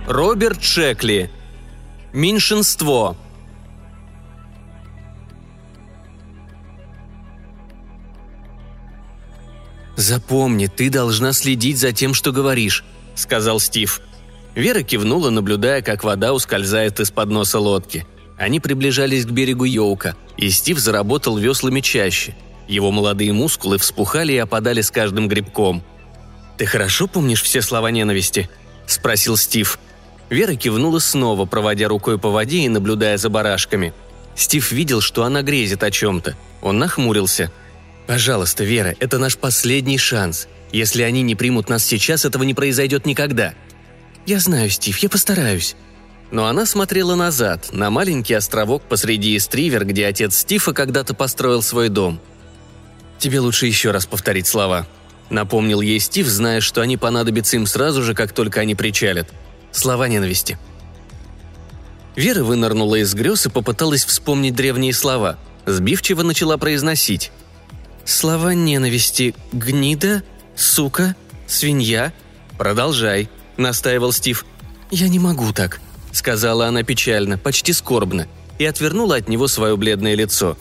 Роберт Шекли. Меньшинство. «Запомни, ты должна следить за тем, что говоришь», — сказал Стив. Вера кивнула, наблюдая, как вода ускользает из-под носа лодки. Они приближались к берегу Йоука, и Стив заработал веслами чаще. Его молодые мускулы вспухали и опадали с каждым грибком. «Ты хорошо помнишь все слова ненависти?» – спросил Стив. Вера кивнула снова, проводя рукой по воде и наблюдая за барашками. Стив видел, что она грезит о чем-то. Он нахмурился. «Пожалуйста, Вера, это наш последний шанс. Если они не примут нас сейчас, этого не произойдет никогда». «Я знаю, Стив, я постараюсь». Но она смотрела назад, на маленький островок посреди Истривер, где отец Стива когда-то построил свой дом. «Тебе лучше еще раз повторить слова», — напомнил ей Стив, зная, что они понадобятся им сразу же, как только они причалят. Слова ненависти. Вера вынырнула из грез и попыталась вспомнить древние слова. Сбивчиво начала произносить. «Слова ненависти. Гнида, сука, свинья». «Продолжай», — настаивал Стив. «Я не могу так», — сказала она печально, почти скорбно, и отвернула от него свое бледное лицо.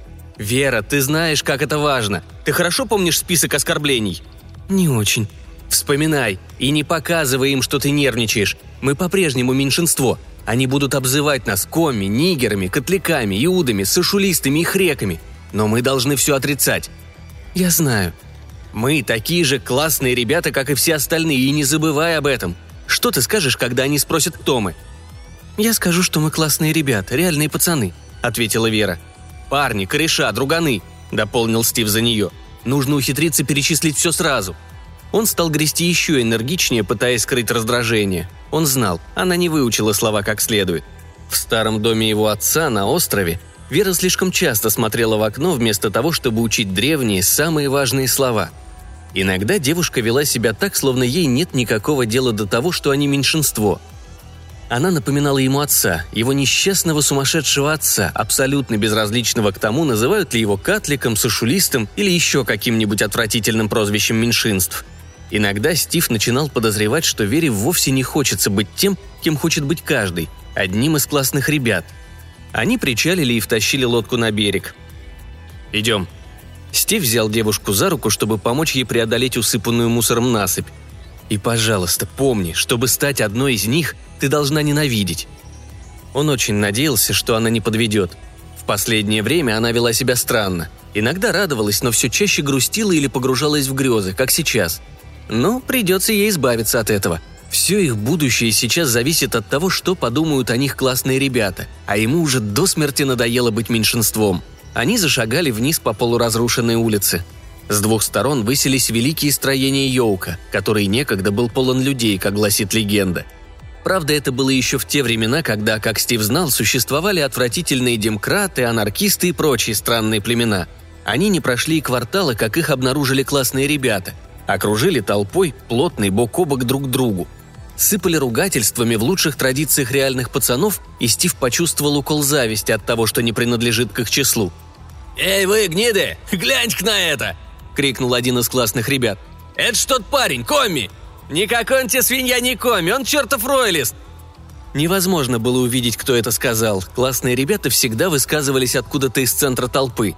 «Вера, ты знаешь, как это важно. Ты хорошо помнишь список оскорблений?» «Не очень». «Вспоминай и не показывай им, что ты нервничаешь. Мы по-прежнему меньшинство. Они будут обзывать нас комми, нигерами, котляками, иудами, сашулистами и хреками. Но мы должны все отрицать». «Я знаю». «Мы такие же классные ребята, как и все остальные, и не забывай об этом. Что ты скажешь, когда они спросят, кто мы?» «Я скажу, что мы классные ребята, реальные пацаны», — ответила Вера. «Парни, кореша, друганы», — дополнил Стив за нее. «Нужно ухитриться перечислить все сразу». Он стал грести еще энергичнее, пытаясь скрыть раздражение. Он знал, она не выучила слова как следует. В старом доме его отца на острове Вера слишком часто смотрела в окно вместо того, чтобы учить древние, самые важные слова. Иногда девушка вела себя так, словно ей нет никакого дела до того, что они меньшинство. Она напоминала ему отца, его несчастного сумасшедшего отца, абсолютно безразличного к тому, называют ли его катликом, сашулистом или еще каким-нибудь отвратительным прозвищем меньшинств. Иногда Стив начинал подозревать, что Вере вовсе не хочется быть тем, кем хочет быть каждый, одним из классных ребят. Они причалили и втащили лодку на берег. «Идем». Стив взял девушку за руку, чтобы помочь ей преодолеть усыпанную мусором насыпь. «И, пожалуйста, помни, чтобы стать одной из них, ты должна ненавидеть». Он очень надеялся, что она не подведет. В последнее время она вела себя странно. Иногда радовалась, но все чаще грустила или погружалась в грезы, как сейчас. Но придется ей избавиться от этого. Все их будущее сейчас зависит от того, что подумают о них классные ребята, а ему уже до смерти надоело быть меньшинством. Они зашагали вниз по полуразрушенной улице. С двух сторон высились великие строения Йоука, который некогда был полон людей, как гласит легенда. Правда, это было еще в те времена, когда, как Стив знал, существовали отвратительные демократы, анархисты и прочие странные племена. Они не прошли и квартала, как их обнаружили классные ребята. Окружили толпой, плотной, бок о бок друг к другу. Сыпали ругательствами в лучших традициях реальных пацанов, и Стив почувствовал укол зависти от того, что не принадлежит к их числу. «Эй вы, гниды, гляньте-ка на это!» – крикнул один из классных ребят. «Это ж тот парень, Комми! Никакой он тебе свинья не Комми, он чертов роялист!» Невозможно было увидеть, кто это сказал. Классные ребята всегда высказывались откуда-то из центра толпы.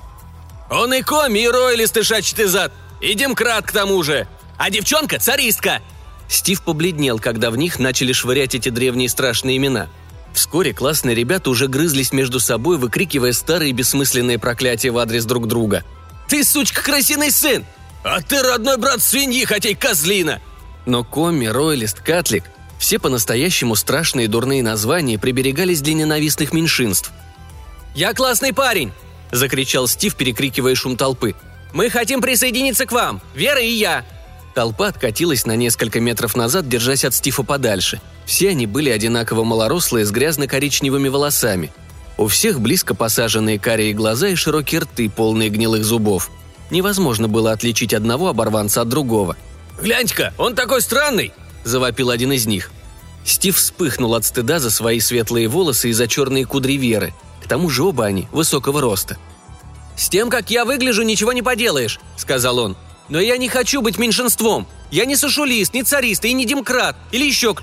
«Он и Комми, и роялист, и шачатый зад! И демократ к тому же! А девчонка – царистка!» Стив побледнел, когда в них начали швырять эти древние страшные имена. Вскоре классные ребята уже грызлись между собой, выкрикивая старые бессмысленные проклятия в адрес друг друга. «Ты, сучка, крысиный сын! А ты родной брат свиньи, хотя и козлина!» Но Комми, роялист, катлик – все по-настоящему страшные дурные названия приберегались для ненавистных меньшинств. «Я классный парень!» – закричал Стив, перекрикивая шум толпы. «Мы хотим присоединиться к вам, Вера и я!» Толпа откатилась на несколько метров назад, держась от Стива подальше. Все они были одинаково малорослые, с грязно-коричневыми волосами. У всех близко посаженные карие глаза и широкие рты, полные гнилых зубов. Невозможно было отличить одного оборванца от другого. «Гляньте-ка, он такой странный!» – завопил один из них. Стив вспыхнул от стыда за свои светлые волосы и за черные кудри Веры. К тому же оба они высокого роста. «С тем, как я выгляжу, ничего не поделаешь», – сказал он. «Но я не хочу быть меньшинством. Я не сашулист, не царист и не демократ, или еще кто.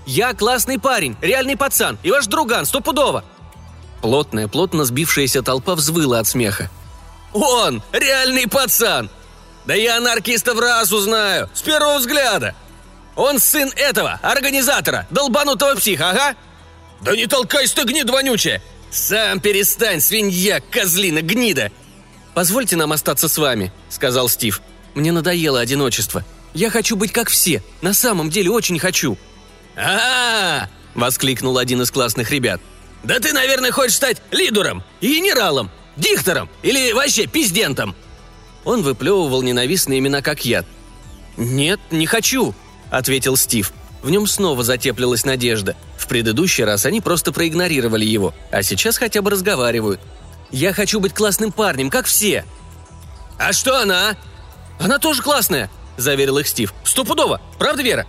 Я классный парень, реальный пацан, и ваш друган, стопудово!» Плотно сбившаяся толпа взвыла от смеха. «Он! Реальный пацан! Да я анархиста в раз узнаю, с первого взгляда! Он сын этого, организатора, долбанутого психа, ага!» «Да не толкайся ты, гнида вонючая! Сам перестань, свинья, козлина, гнида!» «Позвольте нам остаться с вами», — сказал Стив. «Мне надоело одиночество. Я хочу быть как все, на самом деле очень хочу». «А-а-а!» — воскликнул один из классных ребят. «Да ты, наверное, хочешь стать лидером, генералом, диктором или вообще пиздентом!» Он выплевывал ненавистные имена как яд. «Нет, не хочу», — ответил Стив. В нем снова затеплилась надежда. В предыдущий раз они просто проигнорировали его, а сейчас хотя бы разговаривают. «Я хочу быть классным парнем, как все!» «А что она?» «Она тоже классная», — заверил их Стив. «Стопудово! Правда, Вера?»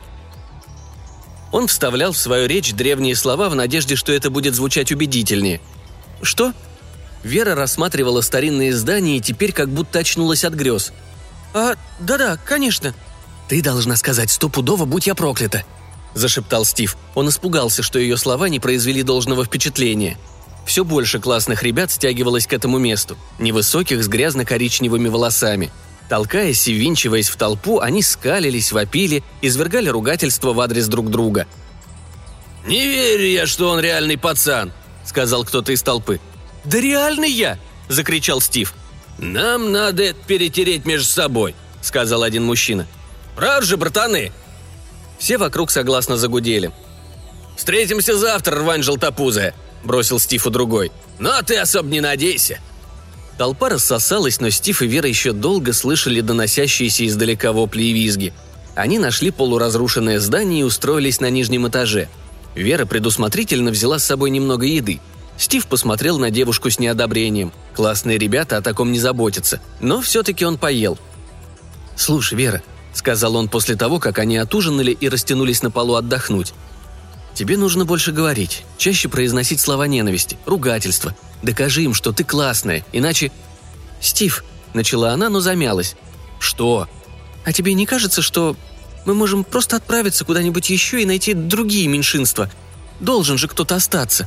Он вставлял в свою речь древние слова в надежде, что это будет звучать убедительнее. «Что?» Вера рассматривала старинные здания и теперь как будто очнулась от грез. Да-да, конечно». «Ты должна сказать стопудово, будь я проклята», – зашептал Стив. Он испугался, что ее слова не произвели должного впечатления. Все больше классных ребят стягивалось к этому месту, невысоких с грязно-коричневыми волосами. Толкаясь и ввинчиваясь в толпу, они скалились, вопили, извергали ругательства в адрес друг друга. «Не верю я, что он реальный пацан», – сказал кто-то из толпы. «Да реальный я!» – закричал Стив. «Нам надо это перетереть между собой», – сказал один мужчина. «Правда же, братаны?» Все вокруг согласно загудели. «Встретимся завтра, рвань желтопузая», – бросил Стив у другой. «Но ты особо не надейся». Толпа рассосалась, но Стив и Вера еще долго слышали доносящиеся издалека вопли и визги. Они нашли полуразрушенное здание и устроились на нижнем этаже. Вера предусмотрительно взяла с собой немного еды. Стив посмотрел на девушку с неодобрением. Классные ребята о таком не заботятся, но все-таки он поел. «Слушай, Вера», — сказал он после того, как они отужинали и растянулись на полу отдохнуть. «Тебе нужно больше говорить, чаще произносить слова ненависти, ругательства. Докажи им, что ты классная, иначе...» «Стив», — начала она, но замялась. «Что?» «А тебе не кажется, что мы можем просто отправиться куда-нибудь еще и найти другие меньшинства? Должен же кто-то остаться».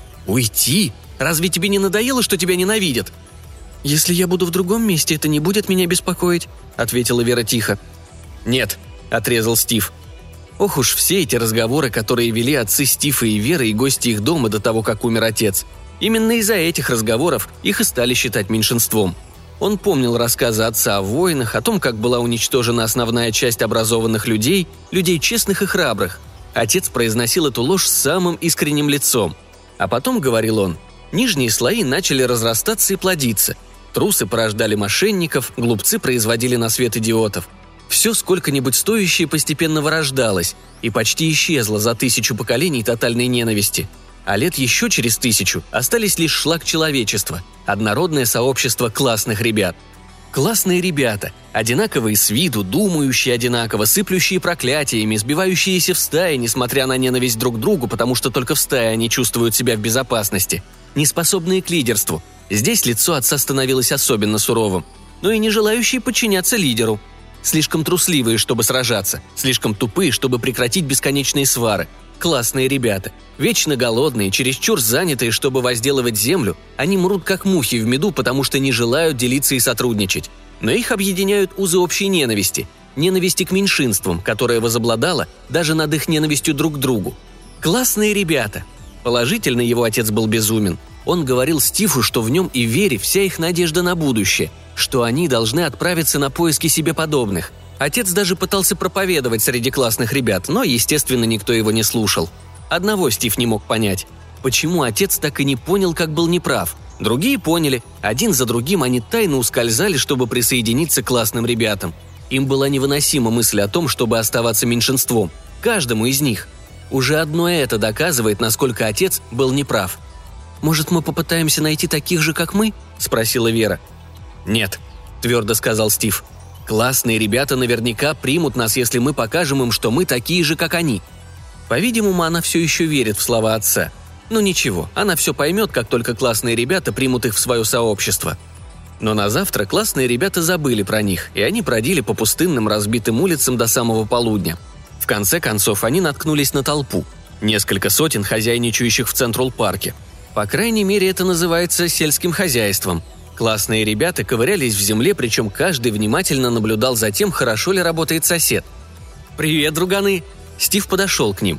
«Уйти? Разве тебе не надоело, что тебя ненавидят?» «Если я буду в другом месте, это не будет меня беспокоить», — ответила Вера тихо. «Нет», — отрезал Стив. Ох уж все эти разговоры, которые вели отцы Стива и Веры и гости их дома до того, как умер отец. Именно из-за этих разговоров их и стали считать меньшинством. Он помнил рассказы отца о войнах, о том, как была уничтожена основная часть образованных людей, людей честных и храбрых. Отец произносил эту ложь с самым искренним лицом. А потом, говорил он, нижние слои начали разрастаться и плодиться. Трусы порождали мошенников, глупцы производили на свет идиотов. Все сколько-нибудь стоящее постепенно вырождалось и почти исчезло за 1000 поколений тотальной ненависти. А лет еще через 1000 остались лишь шлак человечества, однородное сообщество классных ребят. Классные ребята, одинаковые с виду, думающие одинаково, сыплющие проклятиями, сбивающиеся в стае, несмотря на ненависть друг к другу, потому что только в стае они чувствуют себя в безопасности, неспособные к лидерству. Здесь лицо отца становилось особенно суровым, но и не желающие подчиняться лидеру. Слишком трусливые, чтобы сражаться, слишком тупые, чтобы прекратить бесконечные свары. Классные ребята, вечно голодные, чересчур занятые, чтобы возделывать землю, они мрут как мухи в меду, потому что не желают делиться и сотрудничать. Но их объединяют узы общей ненависти, ненависти к меньшинствам, которая возобладала даже над их ненавистью друг к другу. Классные ребята. Положительно его отец был безумен. Он говорил Стиву, что в нем и Вере вся их надежда на будущее, что они должны отправиться на поиски себе подобных. Отец даже пытался проповедовать среди классных ребят, но, естественно, никто его не слушал. Одного Стив не мог понять. Почему отец так и не понял, как был неправ? Другие поняли. Один за другим они тайно ускользали, чтобы присоединиться к классным ребятам. Им была невыносима мысль о том, чтобы оставаться меньшинством. Каждому из них. Уже одно это доказывает, насколько отец был неправ. «Может, мы попытаемся найти таких же, как мы?» – спросила Вера. «Нет», – твердо сказал Стив. «Классные ребята наверняка примут нас, если мы покажем им, что мы такие же, как они». По-видимому, она все еще верит в слова отца. Ну ничего, она все поймет, как только классные ребята примут их в свое сообщество. Но на завтра классные ребята забыли про них, и они бродили по пустынным разбитым улицам до самого полудня. В конце концов, они наткнулись на толпу. Несколько сотен хозяйничающих в Централ-парке. По крайней мере, это называется сельским хозяйством. Классные ребята ковырялись в земле, причем каждый внимательно наблюдал за тем, хорошо ли работает сосед. «Привет, друганы!» Стив подошел к ним.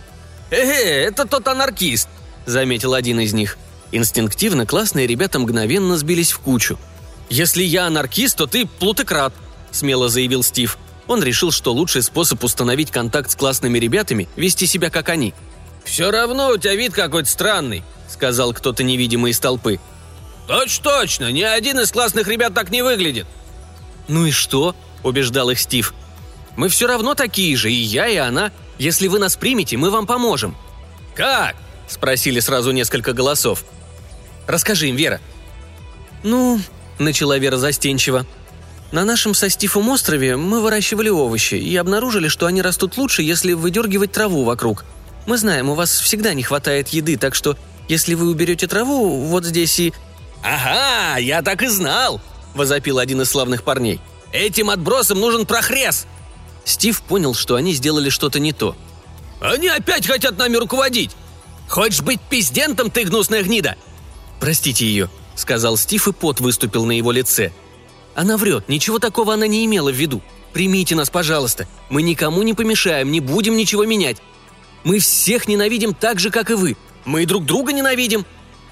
Это тот анархист!» – заметил один из них. Инстинктивно классные ребята мгновенно сбились в кучу. «Если я анархист, то ты плутократ», – смело заявил Стив. Он решил, что лучший способ установить контакт с классными ребятами – вести себя как они. «Все равно у тебя вид какой-то странный», – сказал кто-то невидимый из толпы. «Точно, ни один из классных ребят так не выглядит». «Ну и что?» – убеждал их Стив. «Мы все равно такие же, и я, и она. Если вы нас примете, мы вам поможем». «Как?» – спросили сразу несколько голосов. «Расскажи им, Вера». «Ну», – начала Вера застенчиво. «На нашем со Стивом острове мы выращивали овощи и обнаружили, что они растут лучше, если выдергивать траву вокруг. Мы знаем, у вас всегда не хватает еды, так что если вы уберете траву вот здесь и...» «Ага, я так и знал!» – возопил один из славных парней. «Этим отбросам нужен прохрез!» Стив понял, что они сделали что-то не то. «Они опять хотят нами руководить! Хочешь быть пиздентом, ты гнусная гнида?» «Простите ее», – сказал Стив, и пот выступил на его лице. «Она врет, ничего такого она не имела в виду. Примите нас, пожалуйста. Мы никому не помешаем, не будем ничего менять. Мы всех ненавидим так же, как и вы. Мы и друг друга ненавидим».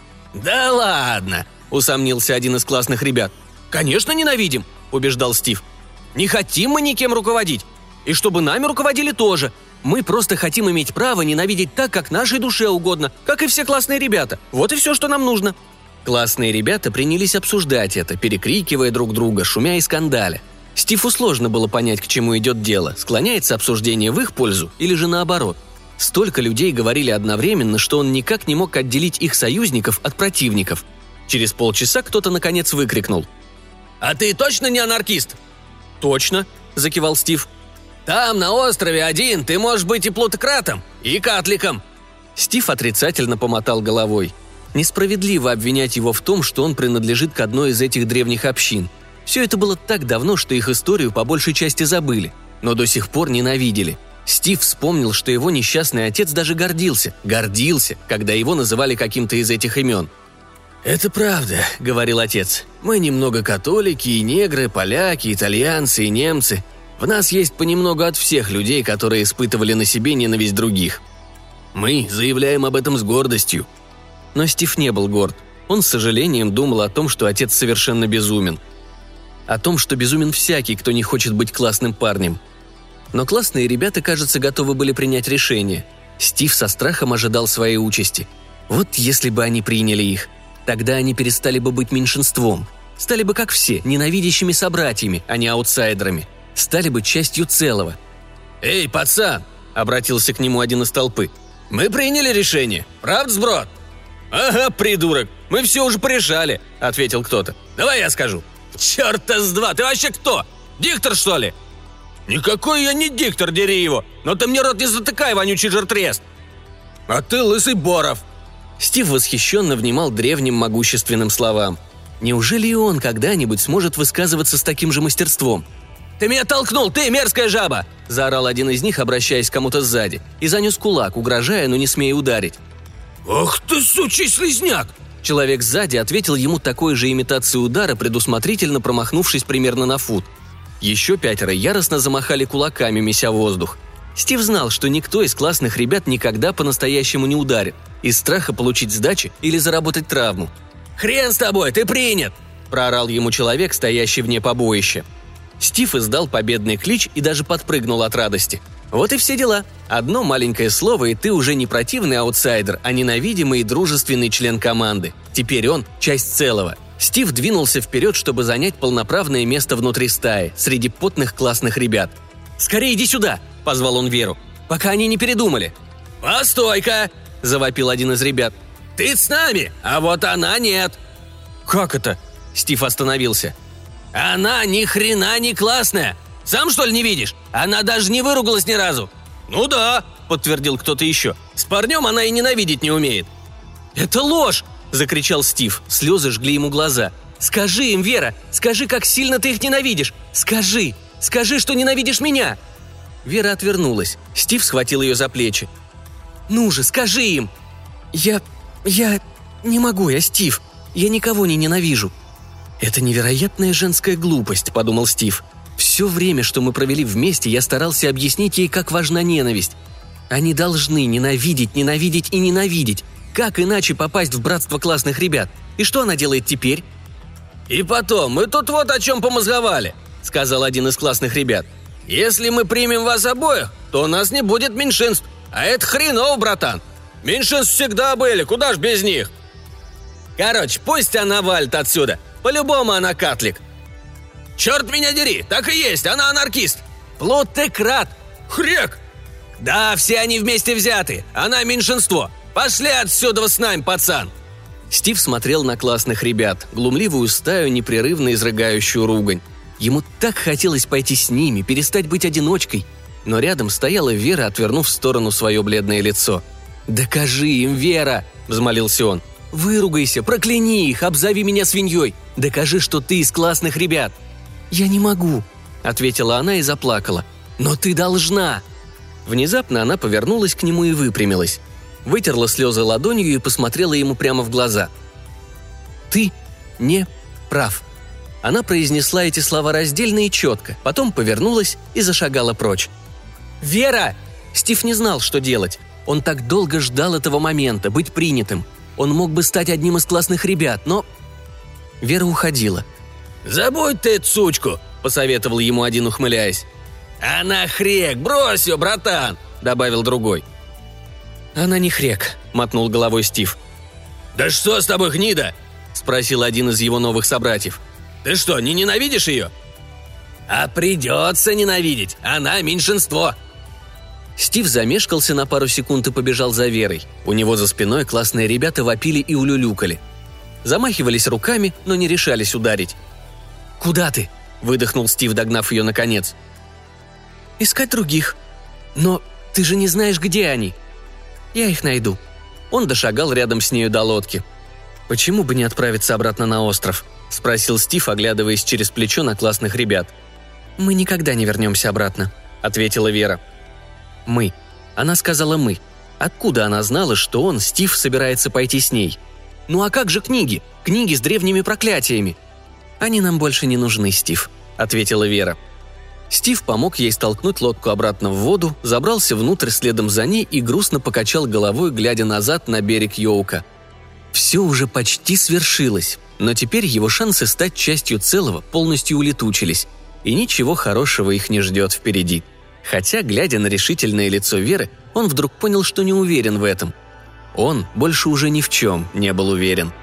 «Да ладно», – усомнился один из классных ребят. «Конечно ненавидим», – убеждал Стив. «Не хотим мы никем руководить. И чтобы нами руководили тоже. Мы просто хотим иметь право ненавидеть так, как нашей душе угодно, как и все классные ребята. Вот и все, что нам нужно». Классные ребята принялись обсуждать это, перекрикивая друг друга, шумя и скандаля. Стиву сложно было понять, к чему идет дело, склоняется обсуждение в их пользу или же наоборот. Столько людей говорили одновременно, что он никак не мог отделить их союзников от противников. Через полчаса кто-то наконец выкрикнул. «А ты точно не анархист?» «Точно», – закивал Стив. «Там, на острове один, ты можешь быть и плутократом, и катликом». Стив отрицательно помотал головой. Несправедливо обвинять его в том, что он принадлежит к одной из этих древних общин. Все это было так давно, что их историю по большей части забыли, но до сих пор ненавидели. Стив вспомнил, что его несчастный отец даже гордился, когда его называли каким-то из этих имен. «Это правда», — говорил отец. «Мы немного католики, и негры, поляки, итальянцы и немцы. В нас есть понемногу от всех людей, которые испытывали на себе ненависть других. Мы заявляем об этом с гордостью». Но Стив не был горд. Он с сожалением думал о том, что отец совершенно безумен. О том, что безумен всякий, кто не хочет быть классным парнем. Но классные ребята, кажется, готовы были принять решение. Стив со страхом ожидал своей участи. Вот если бы они приняли их, тогда они перестали бы быть меньшинством. Стали бы, как все, ненавидящими собратьями, а не аутсайдерами. Стали бы частью целого. «Эй, пацан!» – обратился к нему один из толпы. «Мы приняли решение, правда, сброд?» «Ага, придурок, мы все уже порешали», – ответил кто-то. «Давай я скажу». «Черта с два, ты вообще кто? Диктор, что ли?» «Никакой я не диктор, дери его, но ты мне рот не затыкай, вонючий жиртрест!» «А ты лысый Боров!» Стив восхищенно внимал древним могущественным словам. Неужели и он когда-нибудь сможет высказываться с таким же мастерством? «Ты меня толкнул, ты мерзкая жаба!» – заорал один из них, обращаясь к кому-то сзади, и занес кулак, угрожая, но не смея ударить. «Ах ты, сучий слизняк!» Человек сзади ответил ему такой же имитацией удара, предусмотрительно промахнувшись примерно на фут. Еще 5 яростно замахали кулаками, меся воздух. Стив знал, что никто из классных ребят никогда по-настоящему не ударит, из страха получить сдачи или заработать травму. «Хрен с тобой, ты принят!» – проорал ему человек, стоящий вне побоища. Стив издал победный клич и даже подпрыгнул от радости. Вот и все дела. Одно маленькое слово, и ты уже не противный аутсайдер, а ненавидимый и дружественный член команды. Теперь он – часть целого. Стив двинулся вперед, чтобы занять полноправное место внутри стаи, среди потных классных ребят. «Скорее иди сюда!» – позвал он Веру. «Пока они не передумали». «Постой-ка!» – завопил один из ребят. «Ты с нами, а вот она нет!» «Как это?» – Стив остановился. «Она ни хрена не классная! Сам, что ли, не видишь? Она даже не выругалась ни разу!» «Ну да!» – подтвердил кто-то еще. «С парнем она и ненавидеть не умеет!» «Это ложь!» – закричал Стив. Слезы жгли ему глаза. «Скажи им, Вера! Скажи, как сильно ты их ненавидишь! Скажи! Скажи, что ненавидишь меня!» Вера отвернулась. Стив схватил ее за плечи. «Ну же, скажи им!» «Я не могу, я Стив. Я никого не ненавижу». «Это невероятная женская глупость», — подумал Стив. «Все время, что мы провели вместе, я старался объяснить ей, как важна ненависть. Они должны ненавидеть, ненавидеть и ненавидеть. Как иначе попасть в братство классных ребят? И что она делает теперь?» «И потом, мы тут вот о чем помозговали», — сказал один из классных ребят. «Если мы примем вас обоих, то у нас не будет меньшинств. А это хреново, братан. Меньшинств всегда были, куда ж без них? Короче, пусть она валит отсюда. По-любому она катлик». «Черт меня дери, так и есть, она анархист». «Плутократ!» «Хрек!» «Да, все они вместе взяты, она меньшинство. Пошли отсюда с нами, пацан!» Стив смотрел на классных ребят, глумливую стаю, непрерывно изрыгающую ругань. Ему так хотелось пойти с ними, перестать быть одиночкой. Но рядом стояла Вера, отвернув в сторону свое бледное лицо. «Докажи им, Вера!» – взмолился он. «Выругайся, прокляни их, обзови меня свиньей! Докажи, что ты из классных ребят!» «Я не могу», – ответила она и заплакала. «Но ты должна!» Внезапно она повернулась к нему и выпрямилась. Вытерла слезы ладонью и посмотрела ему прямо в глаза. «Ты не прав». Она произнесла эти слова раздельно и четко, потом повернулась и зашагала прочь. «Вера!» Стив не знал, что делать. Он так долго ждал этого момента, быть принятым. Он мог бы стать одним из классных ребят, но... Вера уходила. «Забудь ты эту сучку», — посоветовал ему один, ухмыляясь. «Она хрек, брось ее, братан», — добавил другой. «Она не хрек», — мотнул головой Стив. «Да что с тобой, гнида?» — спросил один из его новых собратьев. «Ты что, не ненавидишь ее?» «А придется ненавидеть, она меньшинство». Стив замешкался на пару секунд и побежал за Верой. У него за спиной классные ребята вопили и улюлюкали. Замахивались руками, но не решались ударить. «Куда ты?» – выдохнул Стив, догнав ее наконец. «Искать других. Но ты же не знаешь, где они». «Я их найду». Он дошагал рядом с нею до лодки. «Почему бы не отправиться обратно на остров?» – спросил Стив, оглядываясь через плечо на классных ребят. «Мы никогда не вернемся обратно», – ответила Вера. «Мы». Она сказала «мы». Откуда она знала, что он, Стив, собирается пойти с ней? «Ну а как же книги? Книги с древними проклятиями?» «Они нам больше не нужны, Стив», – ответила Вера. Стив помог ей столкнуть лодку обратно в воду, забрался внутрь следом за ней и грустно покачал головой, глядя назад на берег Йоука. Все уже почти свершилось, но теперь его шансы стать частью целого полностью улетучились, и ничего хорошего их не ждет впереди. Хотя, глядя на решительное лицо Веры, он вдруг понял, что не уверен в этом. Он больше уже ни в чем не был уверен.